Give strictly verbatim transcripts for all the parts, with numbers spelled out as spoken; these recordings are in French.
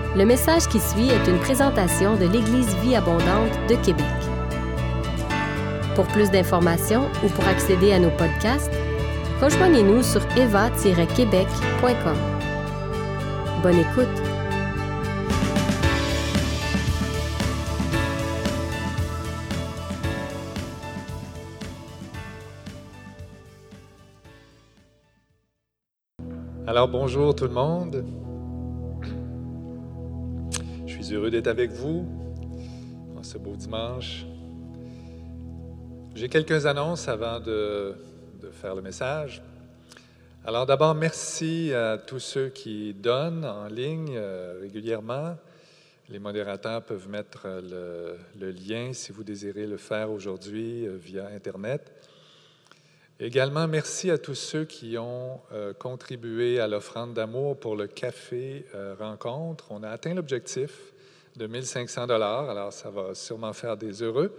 Le message qui suit est une présentation de l'Église Vie Abondante de Québec. Pour plus d'informations ou pour accéder à nos podcasts, rejoignez-nous sur eva tiret québec point com. Bonne écoute! Alors bonjour tout le monde. Je suis heureux d'être avec vous en ce beau dimanche. J'ai quelques annonces avant de, de faire le message. Alors d'abord, merci à tous ceux qui donnent en ligne euh, régulièrement. Les modérateurs peuvent mettre le, le lien si vous désirez le faire aujourd'hui euh, via Internet. Également, merci à tous ceux qui ont euh, contribué à l'offrande d'amour pour le café euh, rencontre. On a atteint l'objectif de mille cinq cents dollars, alors ça va sûrement faire des heureux.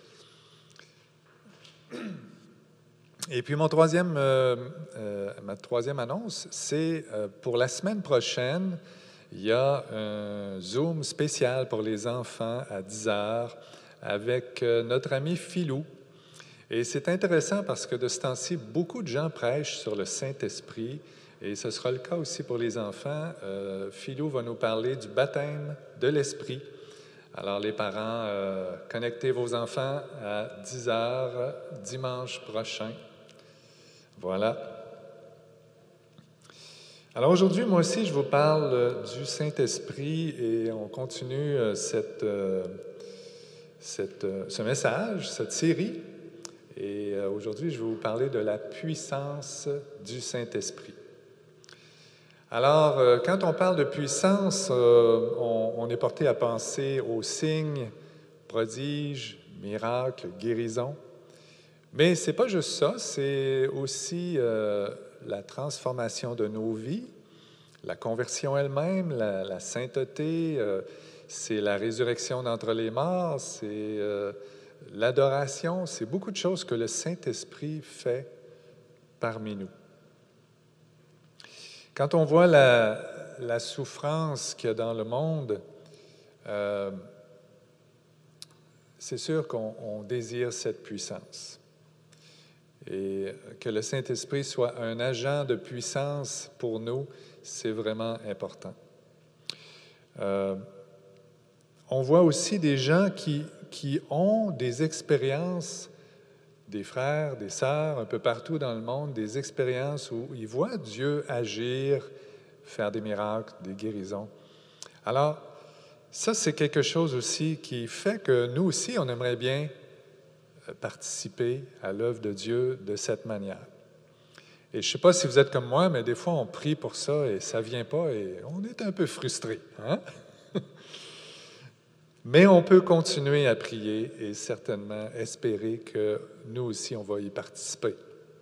Et puis mon troisième, euh, euh, ma troisième annonce, c'est euh, pour la semaine prochaine, il y a un Zoom spécial pour les enfants à dix heures avec euh, notre ami Philou. Et c'est intéressant parce que de ce temps-ci, beaucoup de gens prêchent sur le Saint-Esprit et ce sera le cas aussi pour les enfants. Euh, Philou va nous parler du baptême de l'Esprit. Alors les parents, euh, connectez vos enfants à dix heures dimanche prochain. Voilà. Alors aujourd'hui, moi aussi, je vous parle du Saint-Esprit et on continue cette, euh, cette, euh, ce message, cette série. Et aujourd'hui, je vais vous parler de la puissance du Saint-Esprit. Alors, quand on parle de puissance, on, on est porté à penser aux signes, prodiges, miracles, guérisons. Mais ce n'est pas juste ça, c'est aussi euh, la transformation de nos vies, la conversion elle-même, la, la sainteté, euh, c'est la résurrection d'entre les morts, c'est... Euh, l'adoration, c'est beaucoup de choses que le Saint-Esprit fait parmi nous. Quand on voit la, la souffrance qu'il y a dans le monde, euh, c'est sûr qu'on on désire cette puissance. Et que le Saint-Esprit soit un agent de puissance pour nous, c'est vraiment important. Euh, on voit aussi des gens qui... qui ont des expériences, des frères, des sœurs, un peu partout dans le monde, des expériences où ils voient Dieu agir, faire des miracles, des guérisons. Alors, ça, c'est quelque chose aussi qui fait que nous aussi, on aimerait bien participer à l'œuvre de Dieu de cette manière. Et je ne sais pas si vous êtes comme moi, mais des fois, on prie pour ça et ça ne vient pas et on est un peu frustré, hein? Mais on peut continuer à prier et certainement espérer que nous aussi, on va y participer.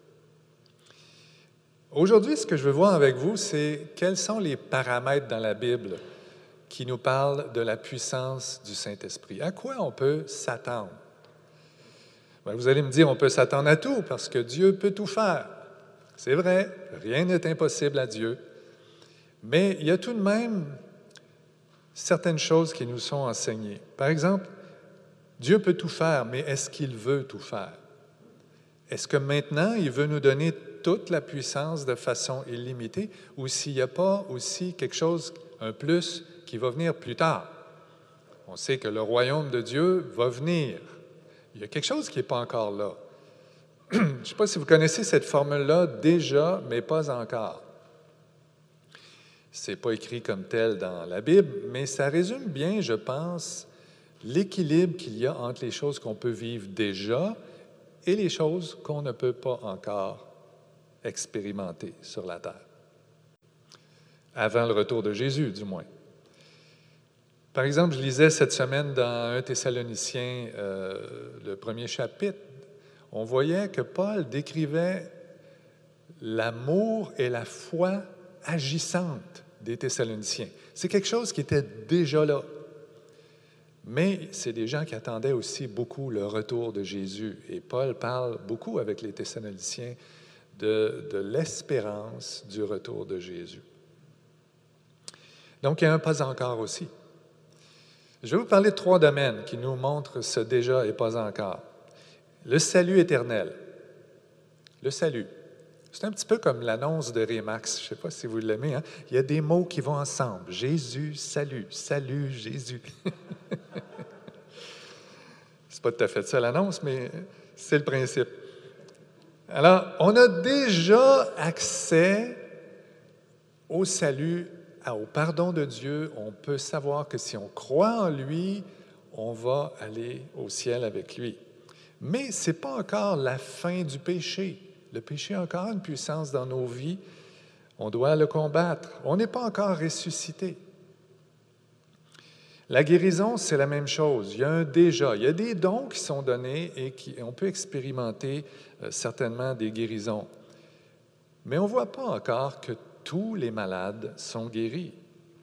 Aujourd'hui, ce que je veux voir avec vous, c'est quels sont les paramètres dans la Bible qui nous parlent de la puissance du Saint-Esprit. À quoi on peut s'attendre? Bien, vous allez me dire, on peut s'attendre à tout parce que Dieu peut tout faire. C'est vrai, rien n'est impossible à Dieu. Mais il y a tout de même certaines choses qui nous sont enseignées. Par exemple, Dieu peut tout faire, mais est-ce qu'il veut tout faire? Est-ce que maintenant, il veut nous donner toute la puissance de façon illimitée ou s'il n'y a pas aussi quelque chose, un plus, qui va venir plus tard? On sait que le royaume de Dieu va venir. Il y a quelque chose qui n'est pas encore là. Je ne sais pas si vous connaissez cette formule-là déjà, mais pas encore. Ce n'est pas écrit comme tel dans la Bible, mais ça résume bien, je pense, l'équilibre qu'il y a entre les choses qu'on peut vivre déjà et les choses qu'on ne peut pas encore expérimenter sur la terre. Avant le retour de Jésus, du moins. Par exemple, je lisais cette semaine dans un Thessaloniciens, euh, le premier chapitre, on voyait que Paul décrivait l'amour et la foi agissante des Thessaloniciens. C'est quelque chose qui était déjà là. Mais c'est des gens qui attendaient aussi beaucoup le retour de Jésus. Et Paul parle beaucoup avec les Thessaloniciens de, de l'espérance du retour de Jésus. Donc, il y a un pas encore aussi. Je vais vous parler de trois domaines qui nous montrent ce déjà et pas encore. Le salut éternel. Le salut. C'est un petit peu comme l'annonce de Remax. Je ne sais pas si vous l'aimez. Hein? Il y a des mots qui vont ensemble. Jésus, salut, salut, Jésus. C'est pas tout à fait ça l'annonce, mais c'est le principe. Alors, on a déjà accès au salut, au pardon de Dieu. On peut savoir que si on croit en lui, on va aller au ciel avec lui. Mais ce n'est pas encore la fin du péché. Le péché a encore une puissance dans nos vies. On doit le combattre. On n'est pas encore ressuscité. La guérison, c'est la même chose. Il y a un déjà. Il y a des dons qui sont donnés et qui, on peut expérimenter euh, certainement des guérisons. Mais on ne voit pas encore que tous les malades sont guéris.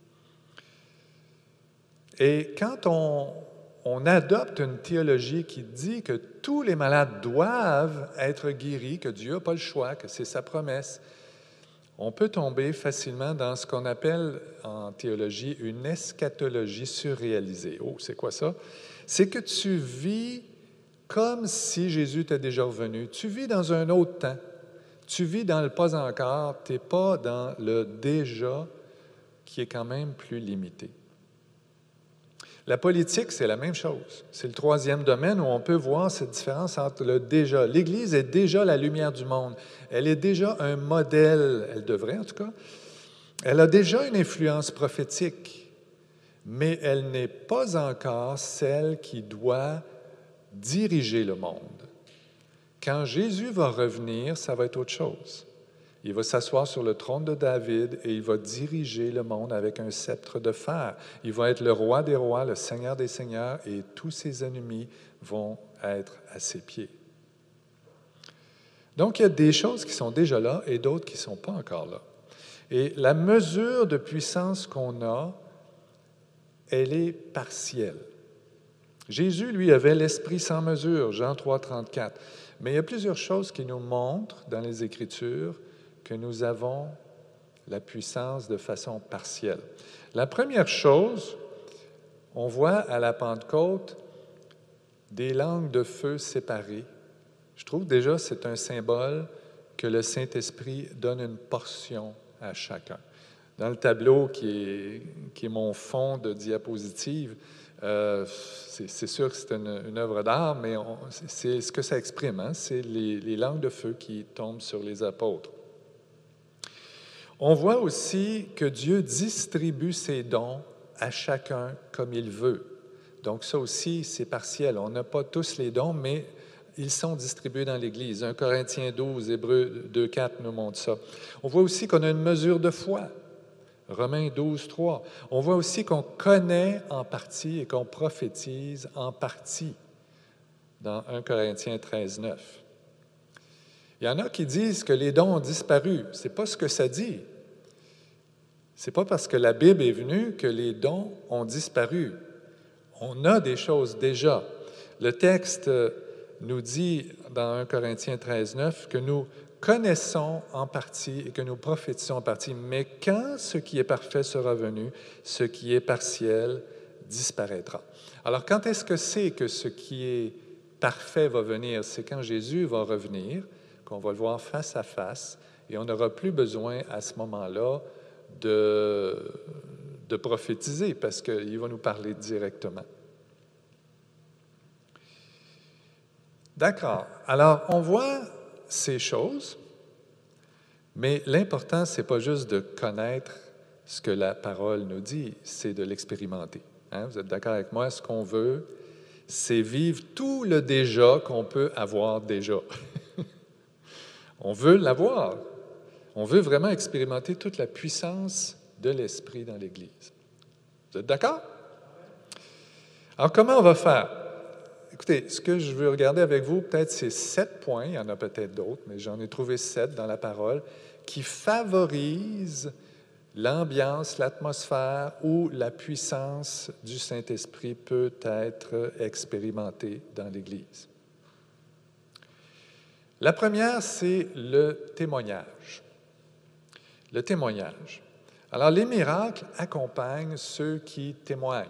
Et quand on, on adopte une théologie qui dit que tous les malades doivent être guéris, que Dieu n'a pas le choix, que c'est sa promesse, on peut tomber facilement dans ce qu'on appelle en théologie une eschatologie surréalisée. Oh, c'est quoi ça? C'est que tu vis comme si Jésus était déjà revenu. Tu vis dans un autre temps. Tu vis dans le pas encore. Tu n'es pas dans le déjà qui est quand même plus limité. La politique, c'est la même chose. C'est le troisième domaine où on peut voir cette différence entre le déjà. L'Église est déjà la lumière du monde. Elle est déjà un modèle, elle devrait en tout cas. Elle a déjà une influence prophétique, mais elle n'est pas encore celle qui doit diriger le monde. Quand Jésus va revenir, ça va être autre chose. Il va s'asseoir sur le trône de David et il va diriger le monde avec un sceptre de fer. Il va être le roi des rois, le seigneur des seigneurs, et tous ses ennemis vont être à ses pieds. Donc, il y a des choses qui sont déjà là et d'autres qui ne sont pas encore là. Et la mesure de puissance qu'on a, elle est partielle. Jésus, lui, avait l'esprit sans mesure, Jean trois, trente-quatre. Mais il y a plusieurs choses qui nous montrent dans les Écritures que nous avons la puissance de façon partielle. La première chose, on voit à la Pentecôte des langues de feu séparées. Je trouve déjà que c'est un symbole que le Saint-Esprit donne une portion à chacun. Dans le tableau qui est, qui est mon fond de diapositive, euh, c'est, c'est sûr que c'est une, une œuvre d'art, mais on, c'est, c'est ce que ça exprime, hein? C'est les, les langues de feu qui tombent sur les apôtres. On voit aussi que Dieu distribue ses dons à chacun comme il veut. Donc ça aussi, c'est partiel. On n'a pas tous les dons, mais ils sont distribués dans l'Église. un Corinthiens douze, Hébreux deux, quatre nous montre ça. On voit aussi qu'on a une mesure de foi. Romains douze, trois. On voit aussi qu'on connaît en partie et qu'on prophétise en partie dans un Corinthiens treize, neuf. Il y en a qui disent que les dons ont disparu. Ce n'est pas ce que ça dit. Ce n'est pas parce que la Bible est venue que les dons ont disparu. On a des choses déjà. Le texte nous dit dans un Corinthiens treize, neuf que nous connaissons en partie et que nous prophétisons en partie, mais quand ce qui est parfait sera venu, ce qui est partiel disparaîtra. Alors, quand est-ce que c'est que ce qui est parfait va venir? C'est quand Jésus va revenir, qu'on va le voir face à face, et on n'aura plus besoin à ce moment-là de, de prophétiser, parce qu'il va nous parler directement. D'accord. Alors, on voit ces choses, mais l'important, ce n'est pas juste de connaître ce que la parole nous dit, c'est de l'expérimenter. Hein? Vous êtes d'accord avec moi? Ce qu'on veut, c'est vivre tout le déjà qu'on peut avoir déjà. On veut l'avoir. On veut vraiment expérimenter toute la puissance de l'Esprit dans l'Église. Vous êtes d'accord? Alors, comment on va faire? Écoutez, ce que je veux regarder avec vous, peut-être, c'est sept points, il y en a peut-être d'autres, mais j'en ai trouvé sept dans la parole, qui favorisent l'ambiance, l'atmosphère où la puissance du Saint-Esprit peut être expérimentée dans l'Église. La première, c'est le témoignage. Le témoignage. Alors, les miracles accompagnent ceux qui témoignent.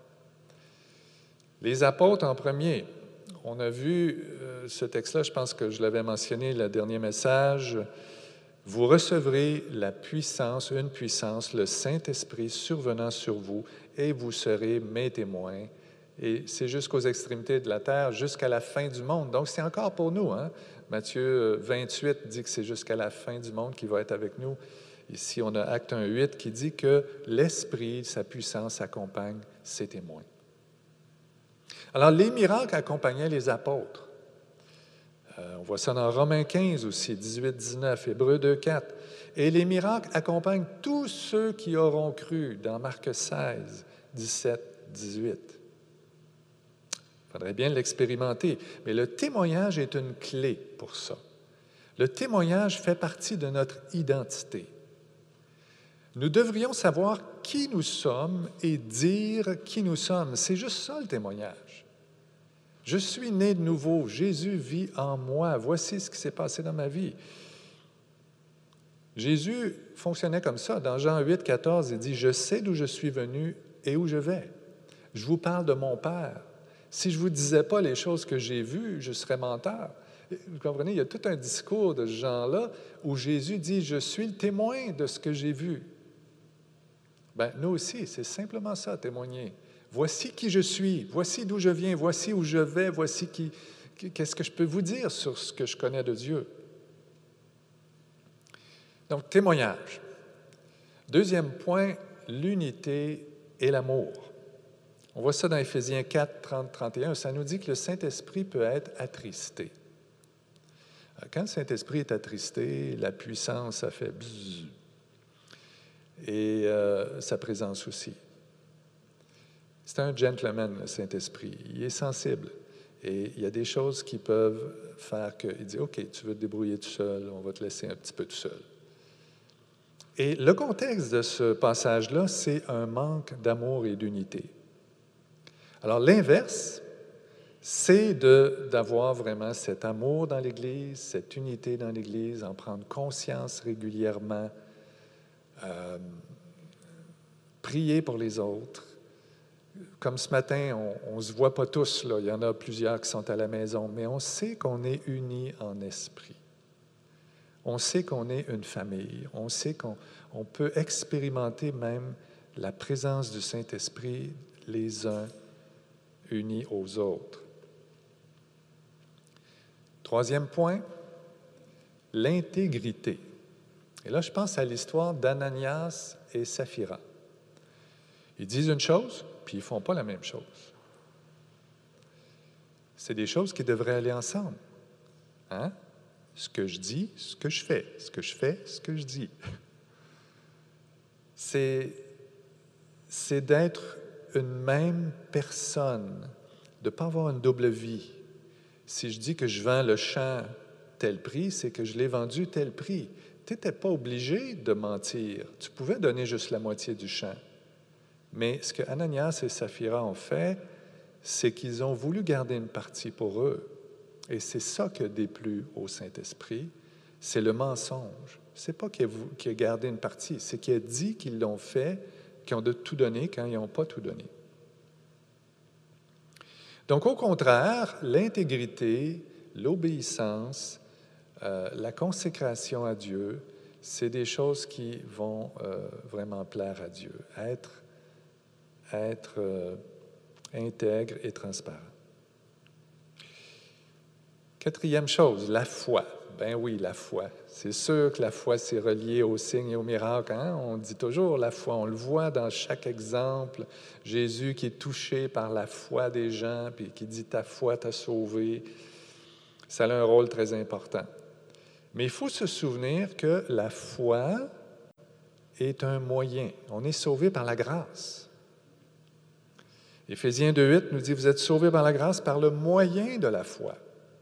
Les apôtres en premier. On a vu euh, ce texte-là, je pense que je l'avais mentionné le dernier message. Vous recevrez la puissance, une puissance, le Saint-Esprit survenant sur vous, et vous serez mes témoins. Et c'est jusqu'aux extrémités de la terre, jusqu'à la fin du monde. Donc, c'est encore pour nous. Hein? Matthieu vingt-huit dit que c'est jusqu'à la fin du monde qu'il va être avec nous. Ici, on a Acte un huit qui dit que l'Esprit, sa puissance, accompagne ses témoins. Alors, les miracles accompagnaient les apôtres. Euh, on voit ça dans Romains quinze aussi, dix-huit dix-neuf, Hébreux deux quatre. Et les miracles accompagnent tous ceux qui auront cru, dans Marc seize, dix-sept, dix-huit. Il faudrait bien l'expérimenter, mais le témoignage est une clé pour ça. Le témoignage fait partie de notre identité. Nous devrions savoir qui nous sommes et dire qui nous sommes. C'est juste ça le témoignage. Je suis né de nouveau, Jésus vit en moi, voici ce qui s'est passé dans ma vie. Jésus fonctionnait comme ça. Dans Jean huit, quatorze, il dit « Je sais d'où je suis venu et où je vais. Je vous parle de mon Père. Si je ne vous disais pas les choses que j'ai vues, je serais menteur. » Vous comprenez, il y a tout un discours de ce genre-là où Jésus dit « Je suis le témoin de ce que j'ai vu. » Bien, nous aussi, c'est simplement ça, témoigner. Voici qui je suis, voici d'où je viens, voici où je vais, voici qui, qu'est-ce que je peux vous dire sur ce que je connais de Dieu. Donc, témoignage. Deuxième point, l'unité et l'amour. On voit ça dans Éphésiens quatre, trente, trente et un. Ça nous dit que le Saint-Esprit peut être attristé. Quand le Saint-Esprit est attristé, la puissance, ça fait bzzz. Et euh, sa présence aussi. C'est un gentleman, le Saint-Esprit. Il est sensible. Et il y a des choses qui peuvent faire qu'il dit « OK, tu veux te débrouiller tout seul, on va te laisser un petit peu tout seul. » Et le contexte de ce passage-là, c'est un manque d'amour et d'unité. Alors, l'inverse, c'est de, d'avoir vraiment cet amour dans l'Église, cette unité dans l'Église, en prendre conscience régulièrement, euh, prier pour les autres. Comme ce matin, on ne se voit pas tous, là. Il y en a plusieurs qui sont à la maison, mais on sait qu'on est unis en esprit. On sait qu'on est une famille. On sait qu'on on peut expérimenter même la présence du Saint-Esprit les uns unis aux autres. Troisième point, l'intégrité. Et là, je pense à l'histoire d'Ananias et Saphira. Ils disent une chose, puis ils ne font pas la même chose. C'est des choses qui devraient aller ensemble. Hein? Ce que je dis, ce que je fais. Ce que je fais, ce que je dis. C'est, c'est d'être une même personne, de ne pas avoir une double vie. Si je dis que je vends le champ tel prix, c'est que je l'ai vendu tel prix. Tu n'étais pas obligé de mentir. Tu pouvais donner juste la moitié du champ. Mais ce que Ananias et Saphira ont fait, c'est qu'ils ont voulu garder une partie pour eux. Et c'est ça qui a déplu au Saint-Esprit, c'est le mensonge. Ce n'est pas qu'il a, qu'il a gardé une partie, c'est qu'il a dit qu'ils l'ont fait, qu'ils ont de tout donné quand ils n'ont pas tout donné. Donc, au contraire, l'intégrité, l'obéissance, euh, la consécration à Dieu, c'est des choses qui vont euh, vraiment plaire à Dieu. Être, être euh, intègre et transparent. Quatrième chose, la foi. Ben oui, la foi. C'est sûr que la foi, c'est relié aux signes et aux miracles. Hein? On dit toujours la foi. On le voit dans chaque exemple. Jésus qui est touché par la foi des gens, puis qui dit « ta foi t'a sauvé ». Ça a un rôle très important. Mais il faut se souvenir que la foi est un moyen. On est sauvé par la grâce. Éphésiens deux huit nous dit « Vous êtes sauvés par la grâce par le moyen de la foi ».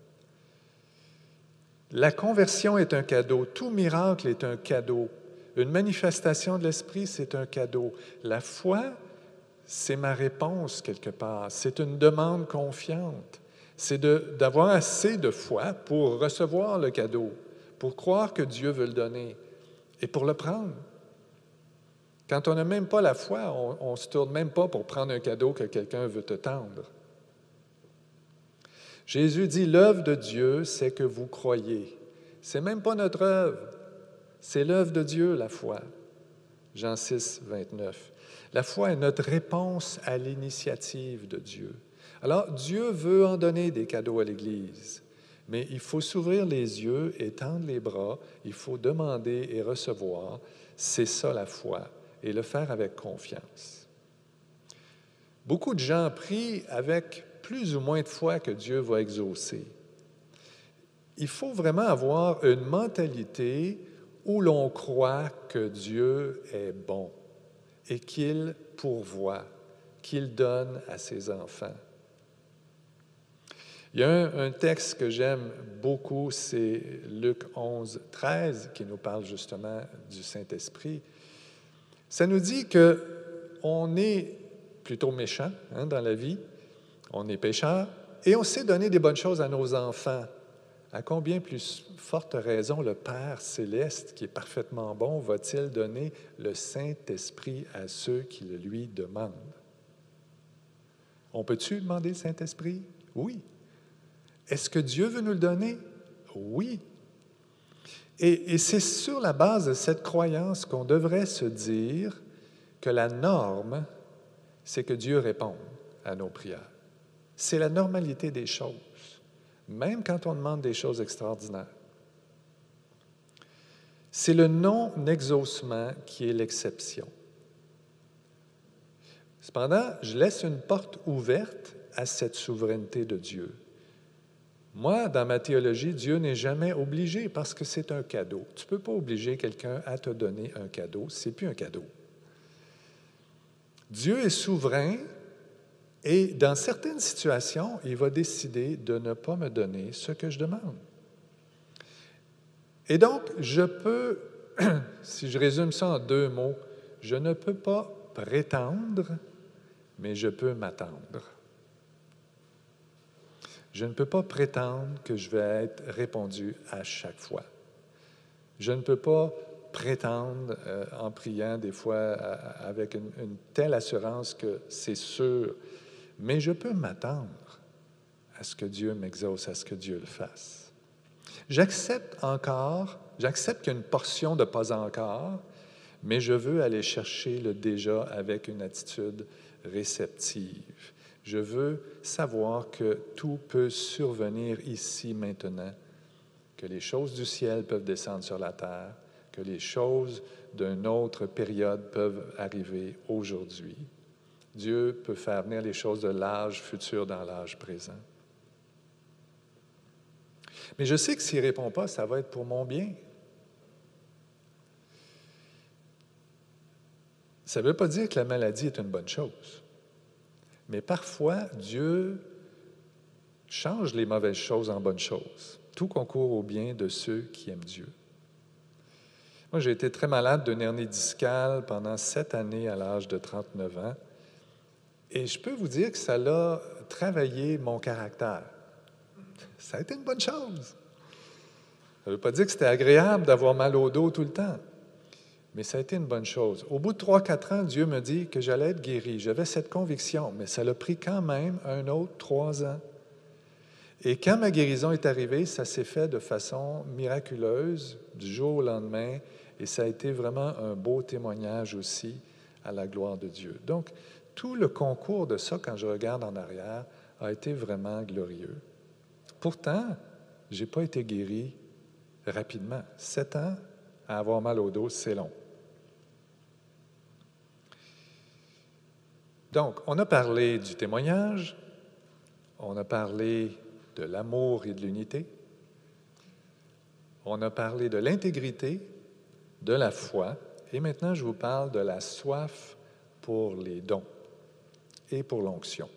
La conversion est un cadeau. Tout miracle est un cadeau. Une manifestation de l'Esprit, c'est un cadeau. La foi, c'est ma réponse quelque part. C'est une demande confiante. C'est de, d'avoir assez de foi pour recevoir le cadeau, pour croire que Dieu veut le donner et pour le prendre. Quand on n'a même pas la foi, on ne se tourne même pas pour prendre un cadeau que quelqu'un veut te tendre. Jésus dit, l'œuvre de Dieu, c'est que vous croyez. C'est même pas notre œuvre, c'est l'œuvre de Dieu, la foi. Jean six, vingt-neuf. La foi est notre réponse à l'initiative de Dieu. Alors, Dieu veut en donner des cadeaux à l'Église, mais il faut s'ouvrir les yeux et tendre les bras, il faut demander et recevoir. C'est ça la foi, et le faire avec confiance. Beaucoup de gens prient avec plus ou moins de foi que Dieu va exaucer. Il faut vraiment avoir une mentalité où l'on croit que Dieu est bon et qu'il pourvoit, qu'il donne à ses enfants. Il y a un, un texte que j'aime beaucoup, c'est Luc onze, treize, qui nous parle justement du Saint-Esprit. Ça nous dit qu'on est plutôt méchant hein, dans la vie, on est pécheur, et on sait donner des bonnes choses à nos enfants. À combien plus forte raison le Père céleste, qui est parfaitement bon, va-t-il donner le Saint-Esprit à ceux qui le lui demandent? On peut-tu demander le Saint-Esprit? Oui. Est-ce que Dieu veut nous le donner? Oui. Et, et c'est sur la base de cette croyance qu'on devrait se dire que la norme, c'est que Dieu réponde à nos prières. C'est la normalité des choses, même quand on demande des choses extraordinaires. C'est le non-exaucement qui est l'exception. Cependant, je laisse une porte ouverte à cette souveraineté de Dieu. Moi, dans ma théologie, Dieu n'est jamais obligé parce que c'est un cadeau. Tu ne peux pas obliger quelqu'un à te donner un cadeau, ce n'est plus un cadeau. Dieu est souverain et dans certaines situations, il va décider de ne pas me donner ce que je demande. Et donc, je peux, si je résume ça en deux mots, je ne peux pas prétendre, mais je peux m'attendre. Je ne peux pas prétendre que je vais être répondu à chaque fois. Je ne peux pas prétendre euh, en priant des fois euh, avec une, une telle assurance que c'est sûr, mais je peux m'attendre à ce que Dieu m'exauce, à ce que Dieu le fasse. J'accepte encore, j'accepte qu'il y a une portion de pas encore, mais je veux aller chercher le déjà avec une attitude réceptive. Je veux savoir que tout peut survenir ici maintenant, que les choses du ciel peuvent descendre sur la terre, que les choses d'une autre période peuvent arriver aujourd'hui. Dieu peut faire venir les choses de l'âge futur dans l'âge présent. Mais je sais que s'il ne répond pas, ça va être pour mon bien. Ça ne veut pas dire que la maladie est une bonne chose. Mais parfois, Dieu change les mauvaises choses en bonnes choses. Tout concourt au bien de ceux qui aiment Dieu. Moi, j'ai été très malade d'une hernie discale pendant sept années à l'âge de trente-neuf ans. Et je peux vous dire que ça a travaillé mon caractère. Ça a été une bonne chose. Ça ne veut pas dire que c'était agréable d'avoir mal au dos tout le temps. Mais ça a été une bonne chose. Au bout de trois quatre ans, Dieu me dit que j'allais être guéri. J'avais cette conviction, mais ça l'a pris quand même un autre trois ans. Et quand ma guérison est arrivée, ça s'est fait de façon miraculeuse, du jour au lendemain, et ça a été vraiment un beau témoignage aussi à la gloire de Dieu. Donc, tout le concours de ça, quand je regarde en arrière, a été vraiment glorieux. Pourtant, je n'ai pas été guéri rapidement. Sept ans à avoir mal au dos, c'est long. Donc, on a parlé du témoignage, on a parlé de l'amour et de l'unité, on a parlé de l'intégrité, de la foi, et maintenant je vous parle de la soif pour les dons et pour l'onction.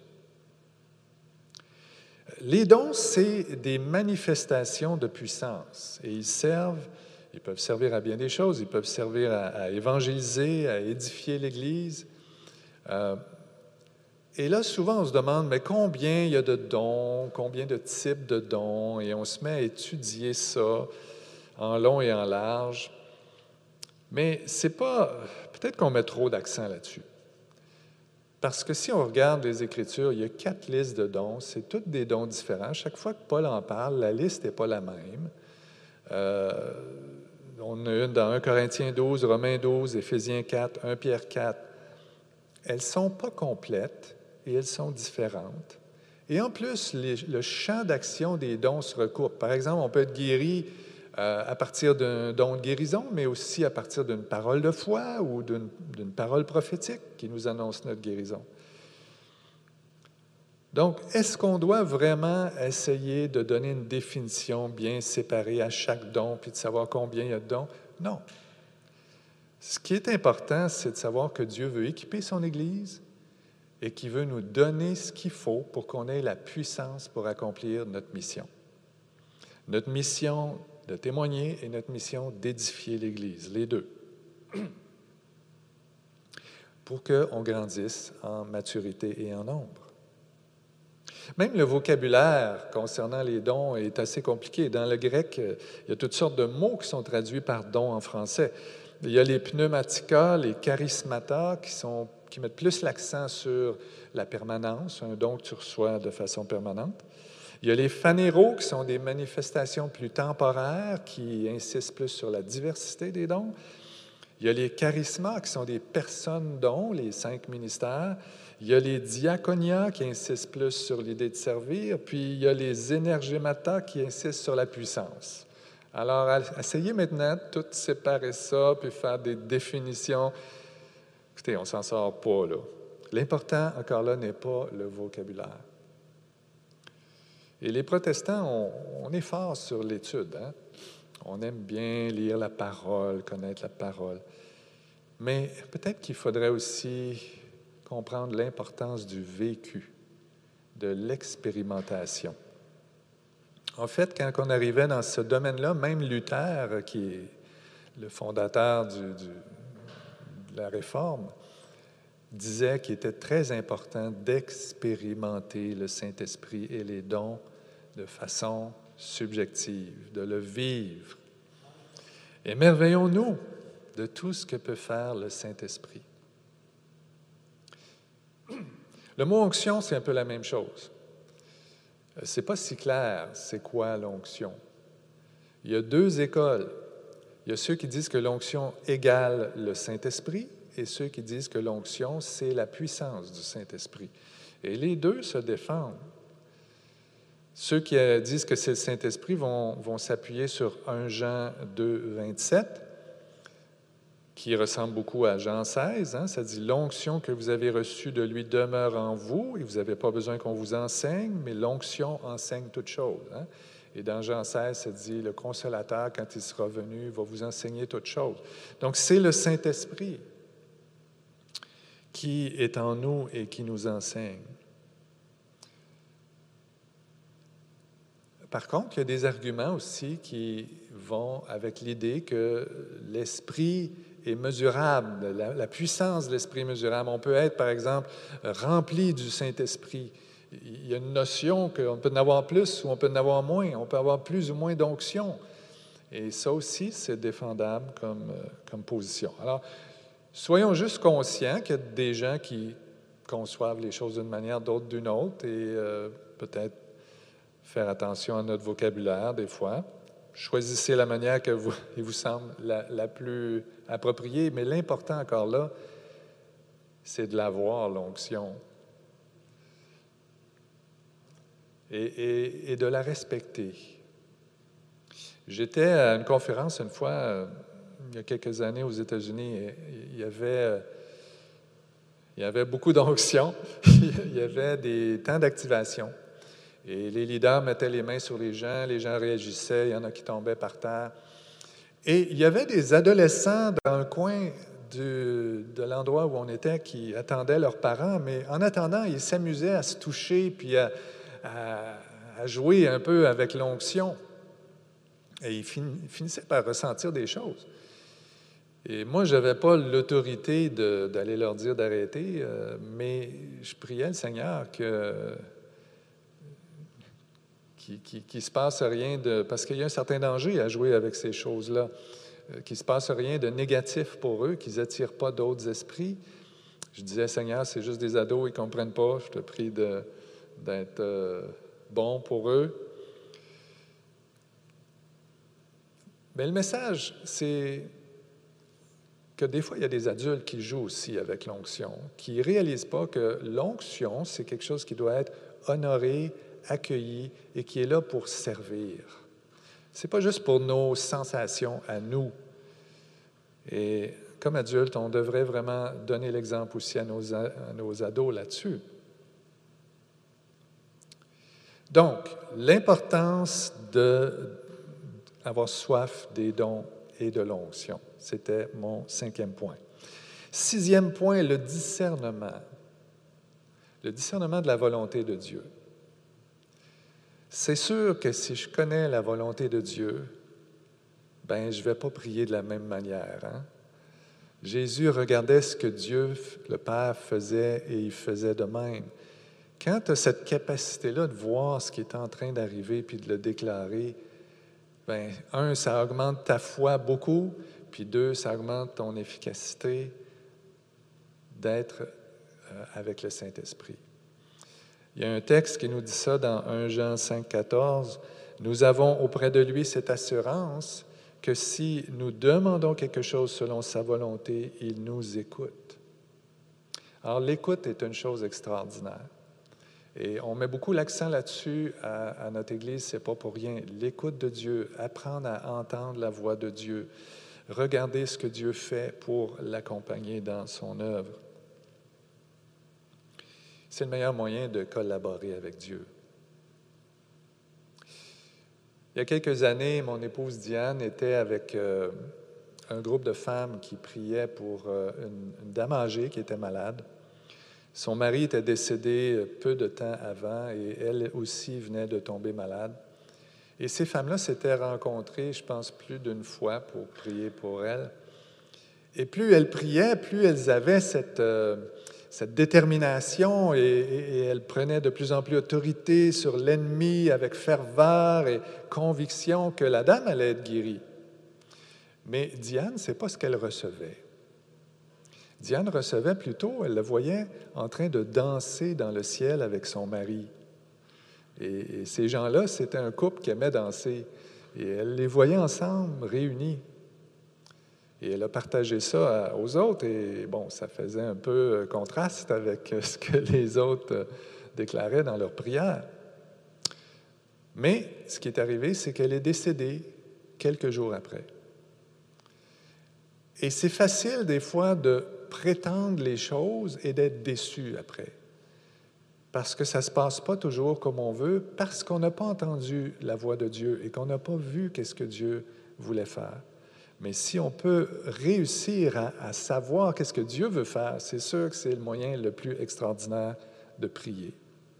Les dons, c'est des manifestations de puissance, et ils servent, ils peuvent servir à bien des choses, ils peuvent servir à, à évangéliser, à édifier l'Église. Euh, Et là, souvent, on se demande, mais combien il y a de dons, combien de types de dons, et on se met à étudier ça en long et en large. Mais c'est pas... Peut-être qu'on met trop d'accent là-dessus. Parce que si on regarde les Écritures, il y a quatre listes de dons. C'est tous des dons différents. Chaque fois que Paul en parle, la liste n'est pas la même. Euh, on a une dans un Corinthiens douze, Romains douze, Éphésiens quatre, un Pierre quatre. Elles ne sont pas complètes et elles sont différentes. Et en plus, les, le champ d'action des dons se recoupe. Par exemple, on peut être guéri euh, à partir d'un don de guérison, mais aussi à partir d'une parole de foi ou d'une, d'une parole prophétique qui nous annonce notre guérison. Donc, est-ce qu'on doit vraiment essayer de donner une définition bien séparée à chaque don puis de savoir combien il y a de dons? Non. Ce qui est important, c'est de savoir que Dieu veut équiper son Église et qu'il veut nous donner ce qu'il faut pour qu'on ait la puissance pour accomplir notre mission. Notre mission de témoigner et notre mission d'édifier l'Église, les deux, pour qu'on grandisse en maturité et en nombre. Même le vocabulaire concernant les dons est assez compliqué. Dans le grec, il y a toutes sortes de mots qui sont traduits par dons en français. Il y a les pneumatica, les charismata qui, sont, qui mettent plus l'accent sur la permanence, un don que tu reçois de façon permanente. Il y a les phanéros qui sont des manifestations plus temporaires qui insistent plus sur la diversité des dons. Il y a les charismas qui sont des personnes dons, les cinq ministères. Il y a les diaconia qui insistent plus sur l'idée de servir. Puis il y a les énergémata qui insistent sur la puissance. Alors, essayez maintenant de tout séparer ça puis faire des définitions. Écoutez, on ne s'en sort pas, là. L'important, encore là, n'est pas le vocabulaire. Et les protestants, on, on est fort sur l'étude, hein? On aime bien lire la parole, connaître la parole. Mais peut-être qu'il faudrait aussi comprendre l'importance du vécu, de l'expérimentation. En fait, quand on arrivait dans ce domaine-là, même Luther, qui est le fondateur du, du, de la Réforme, disait qu'il était très important d'expérimenter le Saint-Esprit et les dons de façon subjective, de le vivre. Émerveillons-nous de tout ce que peut faire le Saint-Esprit. Le mot onction, c'est un peu la même chose. C'est pas si clair, c'est quoi l'onction. Il y a deux écoles. Il y a ceux qui disent que l'onction égale le Saint-Esprit et ceux qui disent que l'onction, c'est la puissance du Saint-Esprit. Et les deux se défendent. Ceux qui disent que c'est le Saint-Esprit vont, vont s'appuyer sur premier Jean deux, vingt-sept, qui ressemble beaucoup à Jean seize. Hein, ça dit « L'onction que vous avez reçue de lui demeure en vous, et vous n'avez pas besoin qu'on vous enseigne, mais l'onction enseigne toute chose. Hein. » Et dans Jean seize, ça dit « Le Consolateur, quand il sera venu, va vous enseigner toute chose. » Donc, c'est le Saint-Esprit qui est en nous et qui nous enseigne. Par contre, il y a des arguments aussi qui vont avec l'idée que l'Esprit est mesurable, la, la puissance de l'Esprit est mesurable. On peut être, par exemple, rempli du Saint-Esprit. Il y a une notion qu'on peut en avoir plus ou on peut en avoir moins. On peut avoir plus ou moins d'onction. Et ça aussi, c'est défendable comme, comme position. Alors, soyons juste conscients qu'il y a des gens qui conçoivent les choses d'une manière, d'autres d'une autre, et euh, peut-être faire attention à notre vocabulaire des fois. Choisissez la manière qui vous, vous semble la, la plus appropriée, mais l'important encore là, c'est de l'avoir, l'onction, et, et, et de la respecter. J'étais à une conférence une fois, euh, il y a quelques années aux États-Unis, et il y avait, euh, il y avait beaucoup d'onction, il y avait des temps d'activation. Et les leaders mettaient les mains sur les gens, les gens réagissaient, il y en a qui tombaient par terre. Et il y avait des adolescents dans le coin du, de l'endroit où on était qui attendaient leurs parents, mais en attendant, ils s'amusaient à se toucher puis à, à, à jouer un peu avec l'onction. Et ils finissaient par ressentir des choses. Et moi, je n'avais pas l'autorité de, d'aller leur dire d'arrêter, euh, mais je priais le Seigneur que... Qu'il ne se passe rien, de, parce qu'il y a un certain danger à jouer avec ces choses-là. qu'il ne se passe rien de négatif pour eux, qu'ils n'attirent pas d'autres esprits. Je disais, Seigneur, c'est juste des ados, ils ne comprennent pas. Je te prie de, d'être euh, bon pour eux. Mais le message, c'est que des fois, il y a des adultes qui jouent aussi avec l'onction, qui ne réalisent pas que l'onction, c'est quelque chose qui doit être honoré, accueilli et qui est là pour servir. Ce n'est pas juste pour nos sensations à nous. Et comme adultes, on devrait vraiment donner l'exemple aussi à nos, à nos ados là-dessus. Donc, l'importance d'avoir soif des dons et de l'onction. C'était mon cinquième point. Sixième point, le discernement. Le discernement de la volonté de Dieu. C'est sûr que si je connais la volonté de Dieu, ben je ne vais pas prier de la même manière. Hein? Jésus regardait ce que Dieu, le Père, faisait et il faisait de même. Quand tu as cette capacité-là de voir ce qui est en train d'arriver puis de le déclarer, bien, un, ça augmente ta foi beaucoup, puis deux, ça augmente ton efficacité d'être euh, avec le Saint-Esprit. Il y a un texte qui nous dit ça dans premier Jean cinq, quatorze. « Nous avons auprès de lui cette assurance que si nous demandons quelque chose selon sa volonté, il nous écoute. » Alors, l'écoute est une chose extraordinaire. Et on met beaucoup l'accent là-dessus à, à notre Église, c'est pas pour rien. L'écoute de Dieu, apprendre à entendre la voix de Dieu, regarder ce que Dieu fait pour l'accompagner dans son œuvre. C'est le meilleur moyen de collaborer avec Dieu. Il y a quelques années, mon épouse Diane était avec euh, un groupe de femmes qui priaient pour euh, une, une dame âgée qui était malade. Son mari était décédé peu de temps avant et elle aussi venait de tomber malade. Et ces femmes-là s'étaient rencontrées, je pense, plus d'une fois pour prier pour elle. Et plus elles priaient, plus elles avaient cette, euh, cette détermination et, et, et elles prenaient de plus en plus autorité sur l'ennemi avec ferveur et conviction que la dame allait être guérie. Mais Diane, ce n'est pas ce qu'elle recevait. Diane recevait plutôt, elle le voyait en train de danser dans le ciel avec son mari. Et, et ces gens-là, c'était un couple qui aimait danser. Et elle les voyait ensemble, réunis. Et elle a partagé ça aux autres. Et bon, ça faisait un peu contraste avec ce que les autres déclaraient dans leurs prières. Mais ce qui est arrivé, c'est qu'elle est décédée quelques jours après. Et c'est facile des fois de prétendre les choses et d'être déçu après. Parce que ça ne se passe pas toujours comme on veut, parce qu'on n'a pas entendu la voix de Dieu et qu'on n'a pas vu qu'est-ce que Dieu voulait faire. Mais si on peut réussir à, à savoir qu'est-ce que Dieu veut faire, c'est sûr que c'est le moyen le plus extraordinaire de prier.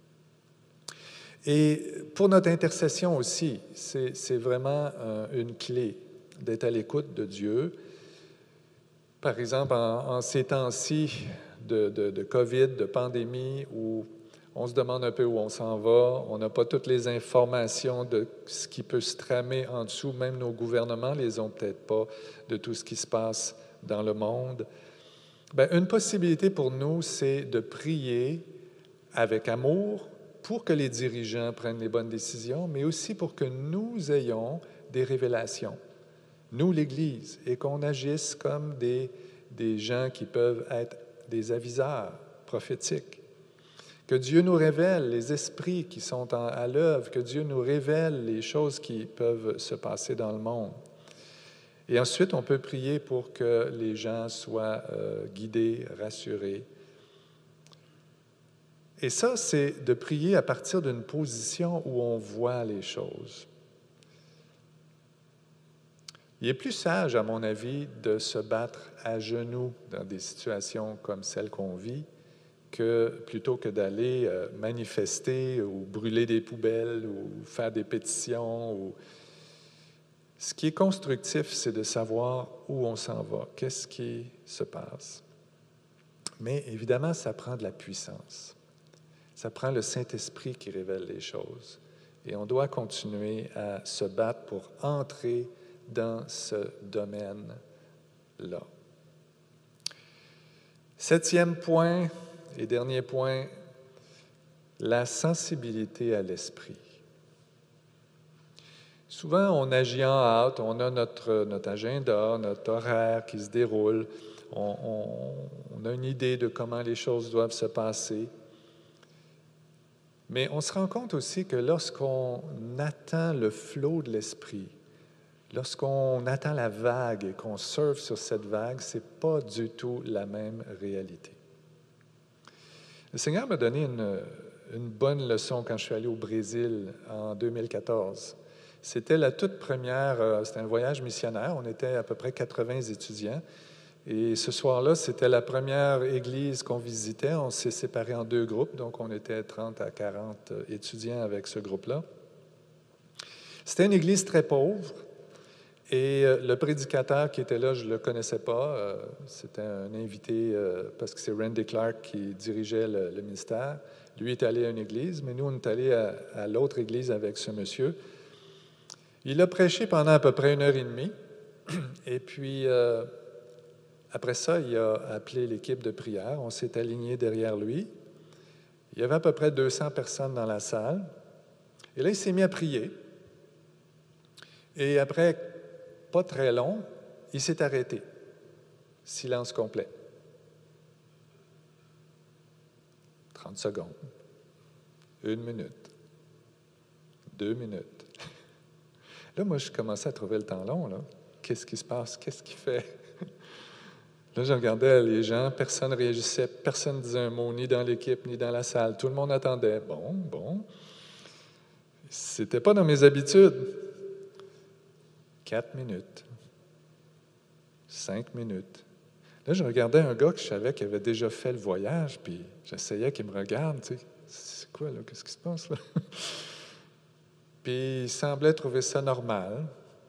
Et pour notre intercession aussi, c'est, c'est vraiment euh, une clé d'être à l'écoute de Dieu. Par exemple, en, en ces temps-ci de, de, de COVID, de pandémie, où on se demande un peu où on s'en va, on n'a pas toutes les informations de ce qui peut se tramer en dessous, même nos gouvernements ne les ont peut-être pas, de tout ce qui se passe dans le monde. Bien, une possibilité pour nous, c'est de prier avec amour pour que les dirigeants prennent les bonnes décisions, mais aussi pour que nous ayons des révélations. Nous, l'Église, et qu'on agisse comme des, des gens qui peuvent être des aviseurs prophétiques. Que Dieu nous révèle les esprits qui sont en, à l'œuvre, que Dieu nous révèle les choses qui peuvent se passer dans le monde. Et ensuite, on peut prier pour que les gens soient euh, guidés, rassurés. Et ça, c'est de prier à partir d'une position où on voit les choses. Il est plus sage, à mon avis, de se battre à genoux dans des situations comme celles qu'on vit, que plutôt que d'aller euh, manifester ou brûler des poubelles ou faire des pétitions. Ou... Ce qui est constructif, c'est de savoir où on s'en va, qu'est-ce qui se passe. Mais évidemment, ça prend de la puissance. Ça prend le Saint-Esprit qui révèle les choses. Et on doit continuer à se battre pour entrer dans ce domaine-là. Septième point et dernier point, la sensibilité à l'esprit. Souvent, on agit en hâte, on a notre, notre agenda, notre horaire qui se déroule, on, on, on a une idée de comment les choses doivent se passer. Mais on se rend compte aussi que lorsqu'on attend le flot de l'esprit, lorsqu'on attend la vague et qu'on surfe sur cette vague, ce n'est pas du tout la même réalité. Le Seigneur m'a donné une, une bonne leçon quand je suis allé au Brésil en deux mille quatorze. C'était la toute première, euh, c'était un voyage missionnaire, on était à peu près quatre-vingts étudiants. Et ce soir-là, c'était la première église qu'on visitait. On s'est séparés en deux groupes, donc on était trente à quarante étudiants avec ce groupe-là. C'était une église très pauvre. Et le prédicateur qui était là, je ne le connaissais pas. C'était un invité, parce que c'est Randy Clark qui dirigeait le, le ministère. Lui est allé à une église, mais nous, on est allés à, à l'autre église avec ce monsieur. Il a prêché pendant à peu près une heure et demie. Et puis, euh, après ça, il a appelé l'équipe de prière. On s'est alignés derrière lui. Il y avait à peu près deux cents personnes dans la salle. Et là, il s'est mis à prier. Et après, pas très long, il s'est arrêté. Silence complet. trente secondes. Une minute. Deux minutes. Là, moi, je commençais à trouver le temps long, là. Qu'est-ce qui se passe? Qu'est-ce qu'il fait? Là, je regardais les gens, personne ne réagissait, personne ne disait un mot, ni dans l'équipe, ni dans la salle. Tout le monde attendait. Bon, bon. C'était pas dans mes habitudes. Quatre minutes. Cinq minutes. Là, je regardais un gars que je savais qui avait déjà fait le voyage, puis j'essayais qu'il me regarde, tu sais. C'est quoi, là? Qu'est-ce qui se passe, là? Puis il semblait trouver ça normal.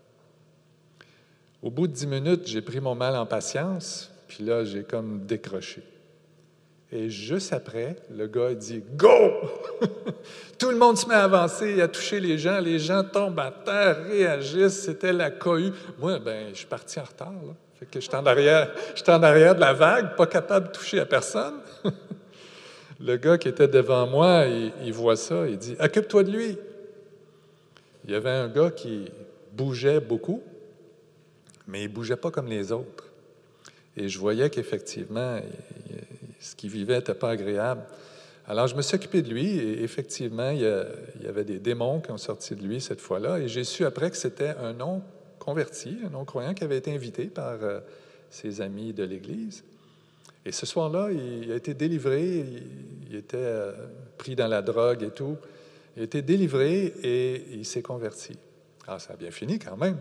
Au bout de dix minutes, j'ai pris mon mal en patience, puis là, j'ai comme décroché. Et juste après, le gars il dit « Go! » Tout le monde se met à avancer, à toucher les gens. Les gens tombent à terre, réagissent. C'était la cohue. Moi, ben, je suis parti en retard. Là. Fait que j'étais en arrière, j'étais en arrière de la vague, pas capable de toucher à personne. Le gars qui était devant moi, il, il voit ça, il dit « Occupe-toi de lui! » Il y avait un gars qui bougeait beaucoup, mais il ne bougeait pas comme les autres. Et je voyais qu'effectivement, il, ce qu'il vivait n'était pas agréable. Alors, je me suis occupé de lui et effectivement, il y, a, il y avait des démons qui ont sorti de lui cette fois-là. Et j'ai su après que c'était un non-converti, un non-croyant qui avait été invité par euh, ses amis de l'Église. Et ce soir-là, il, il a été délivré, il, il était euh, pris dans la drogue et tout. Il a été délivré et il s'est converti. Alors, ça a bien fini quand même.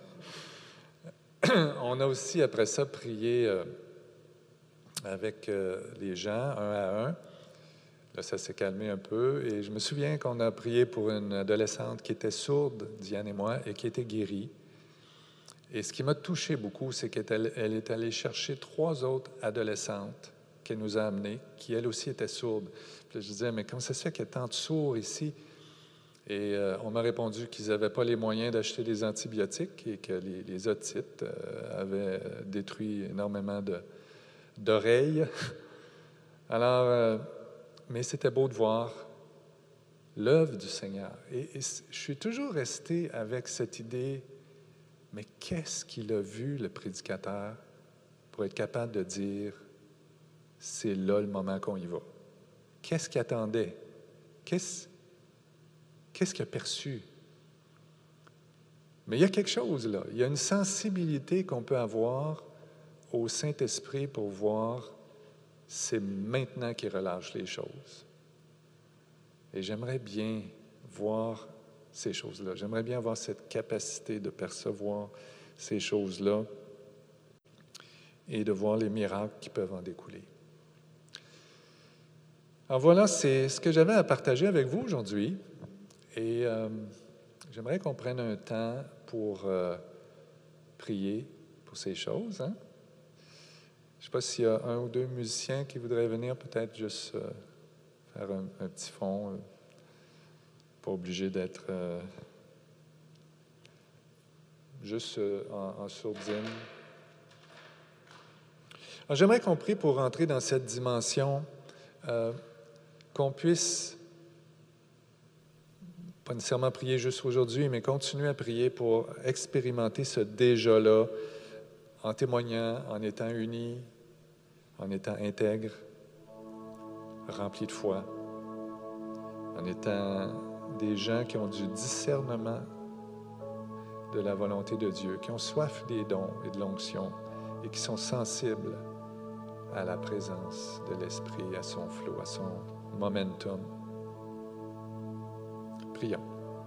On a aussi, après ça, prié euh, avec euh, les gens, un à un. Là, ça s'est calmé un peu. Et je me souviens qu'on a prié pour une adolescente qui était sourde, Diane et moi, et qui était guérie. Et ce qui m'a touché beaucoup, c'est qu'elle elle est allée chercher trois autres adolescentes qu'elle nous a amenées, qui, elles aussi, étaient sourdes. Puis là, je disais, mais comment ça se fait qu'il y a tant de sourds ici? Et euh, on m'a répondu qu'ils n'avaient pas les moyens d'acheter des antibiotiques et que les, les otites euh, avaient détruit énormément de, d'oreilles. Alors, euh, mais c'était beau de voir l'œuvre du Seigneur. Et, et je suis toujours resté avec cette idée, mais qu'est-ce qu'il a vu, le prédicateur, pour être capable de dire, c'est là le moment qu'on y va? Qu'est-ce qu'il attendait? Qu'est-ce Qu'est-ce qu'il a perçu? Mais il y a quelque chose là. Il y a une sensibilité qu'on peut avoir au Saint-Esprit pour voir c'est maintenant qu'il relâche les choses. Et j'aimerais bien voir ces choses-là. J'aimerais bien avoir cette capacité de percevoir ces choses-là et de voir les miracles qui peuvent en découler. Alors voilà, c'est ce que j'avais à partager avec vous aujourd'hui. Et euh, j'aimerais qu'on prenne un temps pour euh, prier pour ces choses. Hein? Je ne sais pas s'il y a un ou deux musiciens qui voudraient venir, peut-être juste euh, faire un, un petit fond. Euh, pas obligé d'être... Euh, juste euh, en, en sourdine. Alors, j'aimerais qu'on prie pour rentrer dans cette dimension, euh, qu'on puisse, pas nécessairement prier juste aujourd'hui, mais continuer à prier pour expérimenter ce déjà-là en témoignant, en étant unis, en étant intègres, remplis de foi, en étant des gens qui ont du discernement de la volonté de Dieu, qui ont soif des dons et de l'onction et qui sont sensibles à la présence de l'Esprit, à son flot, à son momentum. Prions.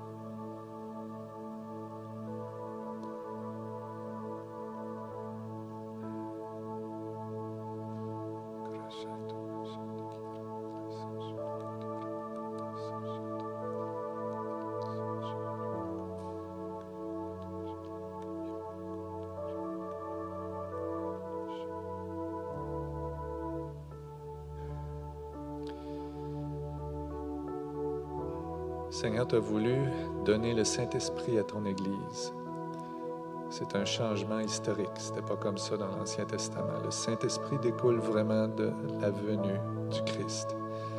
Seigneur, tu as voulu donner le Saint-Esprit à ton Église. C'est un changement historique. Ce n'était pas comme ça dans l'Ancien Testament. Le Saint-Esprit découle vraiment de la venue du Christ.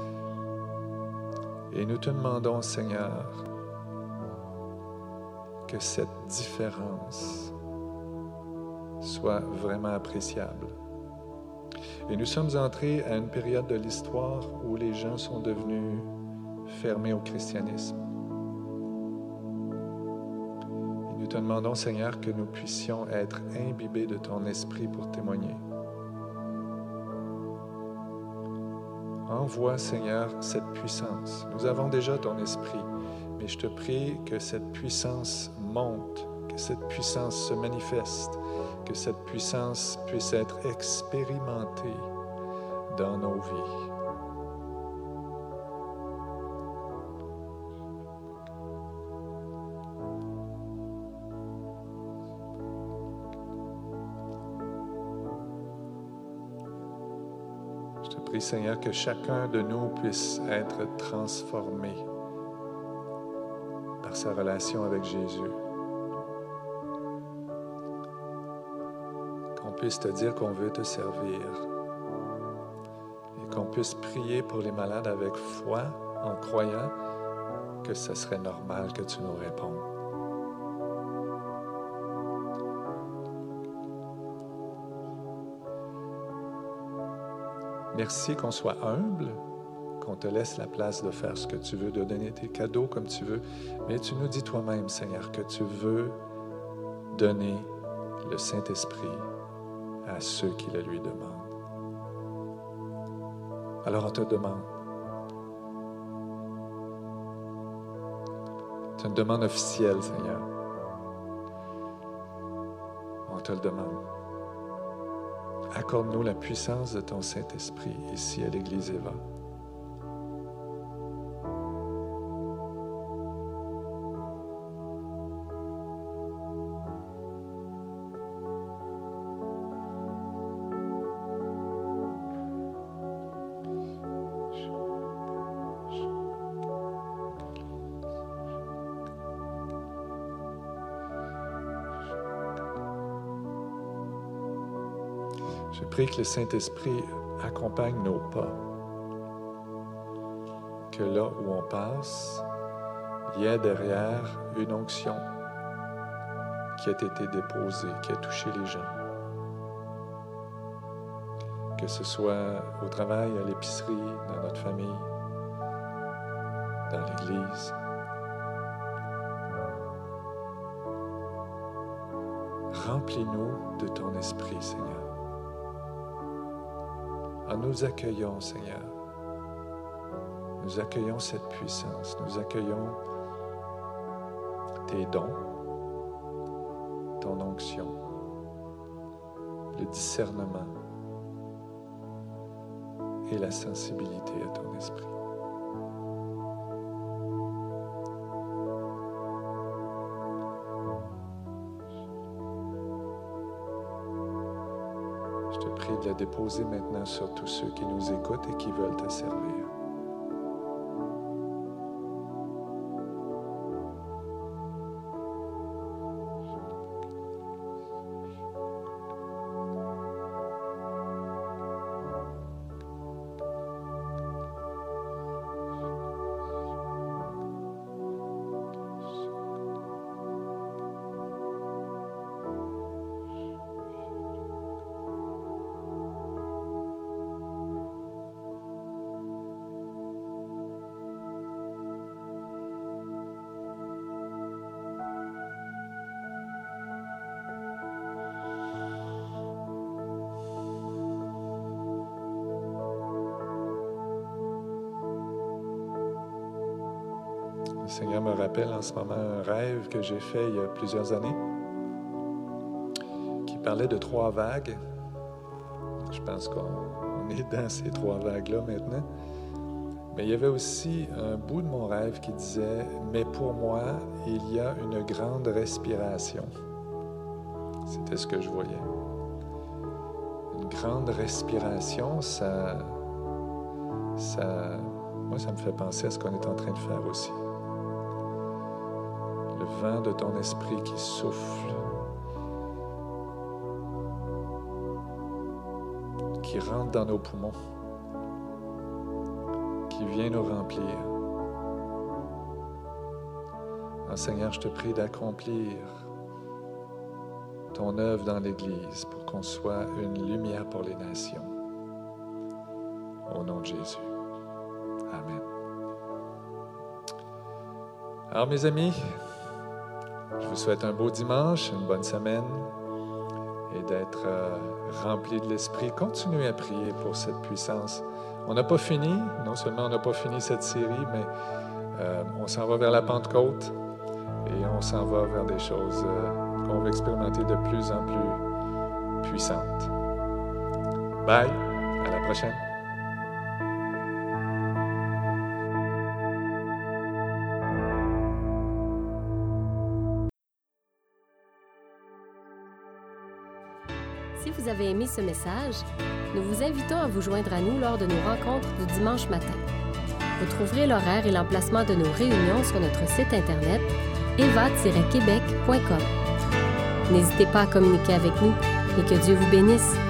Et nous te demandons, Seigneur, que cette différence soit vraiment appréciable. Et nous sommes entrés à une période de l'histoire où les gens sont devenus fermés au christianisme. Et nous te demandons, Seigneur, que nous puissions être imbibés de ton esprit pour témoigner. Envoie, Seigneur, cette puissance. Nous avons déjà ton esprit, mais je te prie que cette puissance monte, que cette puissance se manifeste, que cette puissance puisse être expérimentée dans nos vies. Je te prie, Seigneur, que chacun de nous puisse être transformé par sa relation avec Jésus. Qu'on puisse te dire qu'on veut te servir et qu'on puisse prier pour les malades avec foi en croyant que ce serait normal que tu nous répondes. Merci qu'on soit humble, qu'on te laisse la place de faire ce que tu veux, de donner tes cadeaux comme tu veux. Mais tu nous dis toi-même, Seigneur, que tu veux donner le Saint-Esprit à ceux qui le lui demandent. Alors on te demande. C'est une demande officielle, Seigneur. On te le demande. Accorde-nous la puissance de ton Saint-Esprit ici à l'Église Eva. Je prie que le Saint-Esprit accompagne nos pas, que là où on passe, il y ait derrière une onction qui a été déposée, qui a touché les gens. Que ce soit au travail, à l'épicerie, dans notre famille, dans l'Église. Remplis-nous de ton esprit, Seigneur. En nous accueillons, Seigneur. Nous accueillons cette puissance. Nous accueillons tes dons, ton onction, le discernement et la sensibilité à ton esprit. Je te prie de la déposer maintenant sur tous ceux qui nous écoutent et qui veulent te servir. Le Seigneur me rappelle en ce moment un rêve que j'ai fait il y a plusieurs années qui parlait de trois vagues. Je pense qu'on on est dans ces trois vagues-là maintenant. Mais il y avait aussi un bout de mon rêve qui disait « Mais pour moi, il y a une grande respiration. » C'était ce que je voyais. Une grande respiration, ça, ça, moi, ça me fait penser à ce qu'on est en train de faire aussi. Le vent de ton esprit qui souffle, qui rentre dans nos poumons, qui vient nous remplir. Oh, Seigneur, je te prie d'accomplir ton œuvre dans l'Église pour qu'on soit une lumière pour les nations. Au nom de Jésus. Amen. Alors, mes amis, je vous souhaite un beau dimanche, une bonne semaine et d'être euh, remplis de l'Esprit. Continuez à prier pour cette puissance. On n'a pas fini, non seulement on n'a pas fini cette série, mais euh, on s'en va vers la Pentecôte et on s'en va vers des choses euh, qu'on va expérimenter de plus en plus puissantes. Bye, à la prochaine. Si vous avez aimé ce message, nous vous invitons à vous joindre à nous lors de nos rencontres du dimanche matin. Vous trouverez l'horaire et l'emplacement de nos réunions sur notre site internet eva tiret québec point com. N'hésitez pas à communiquer avec nous et que Dieu vous bénisse.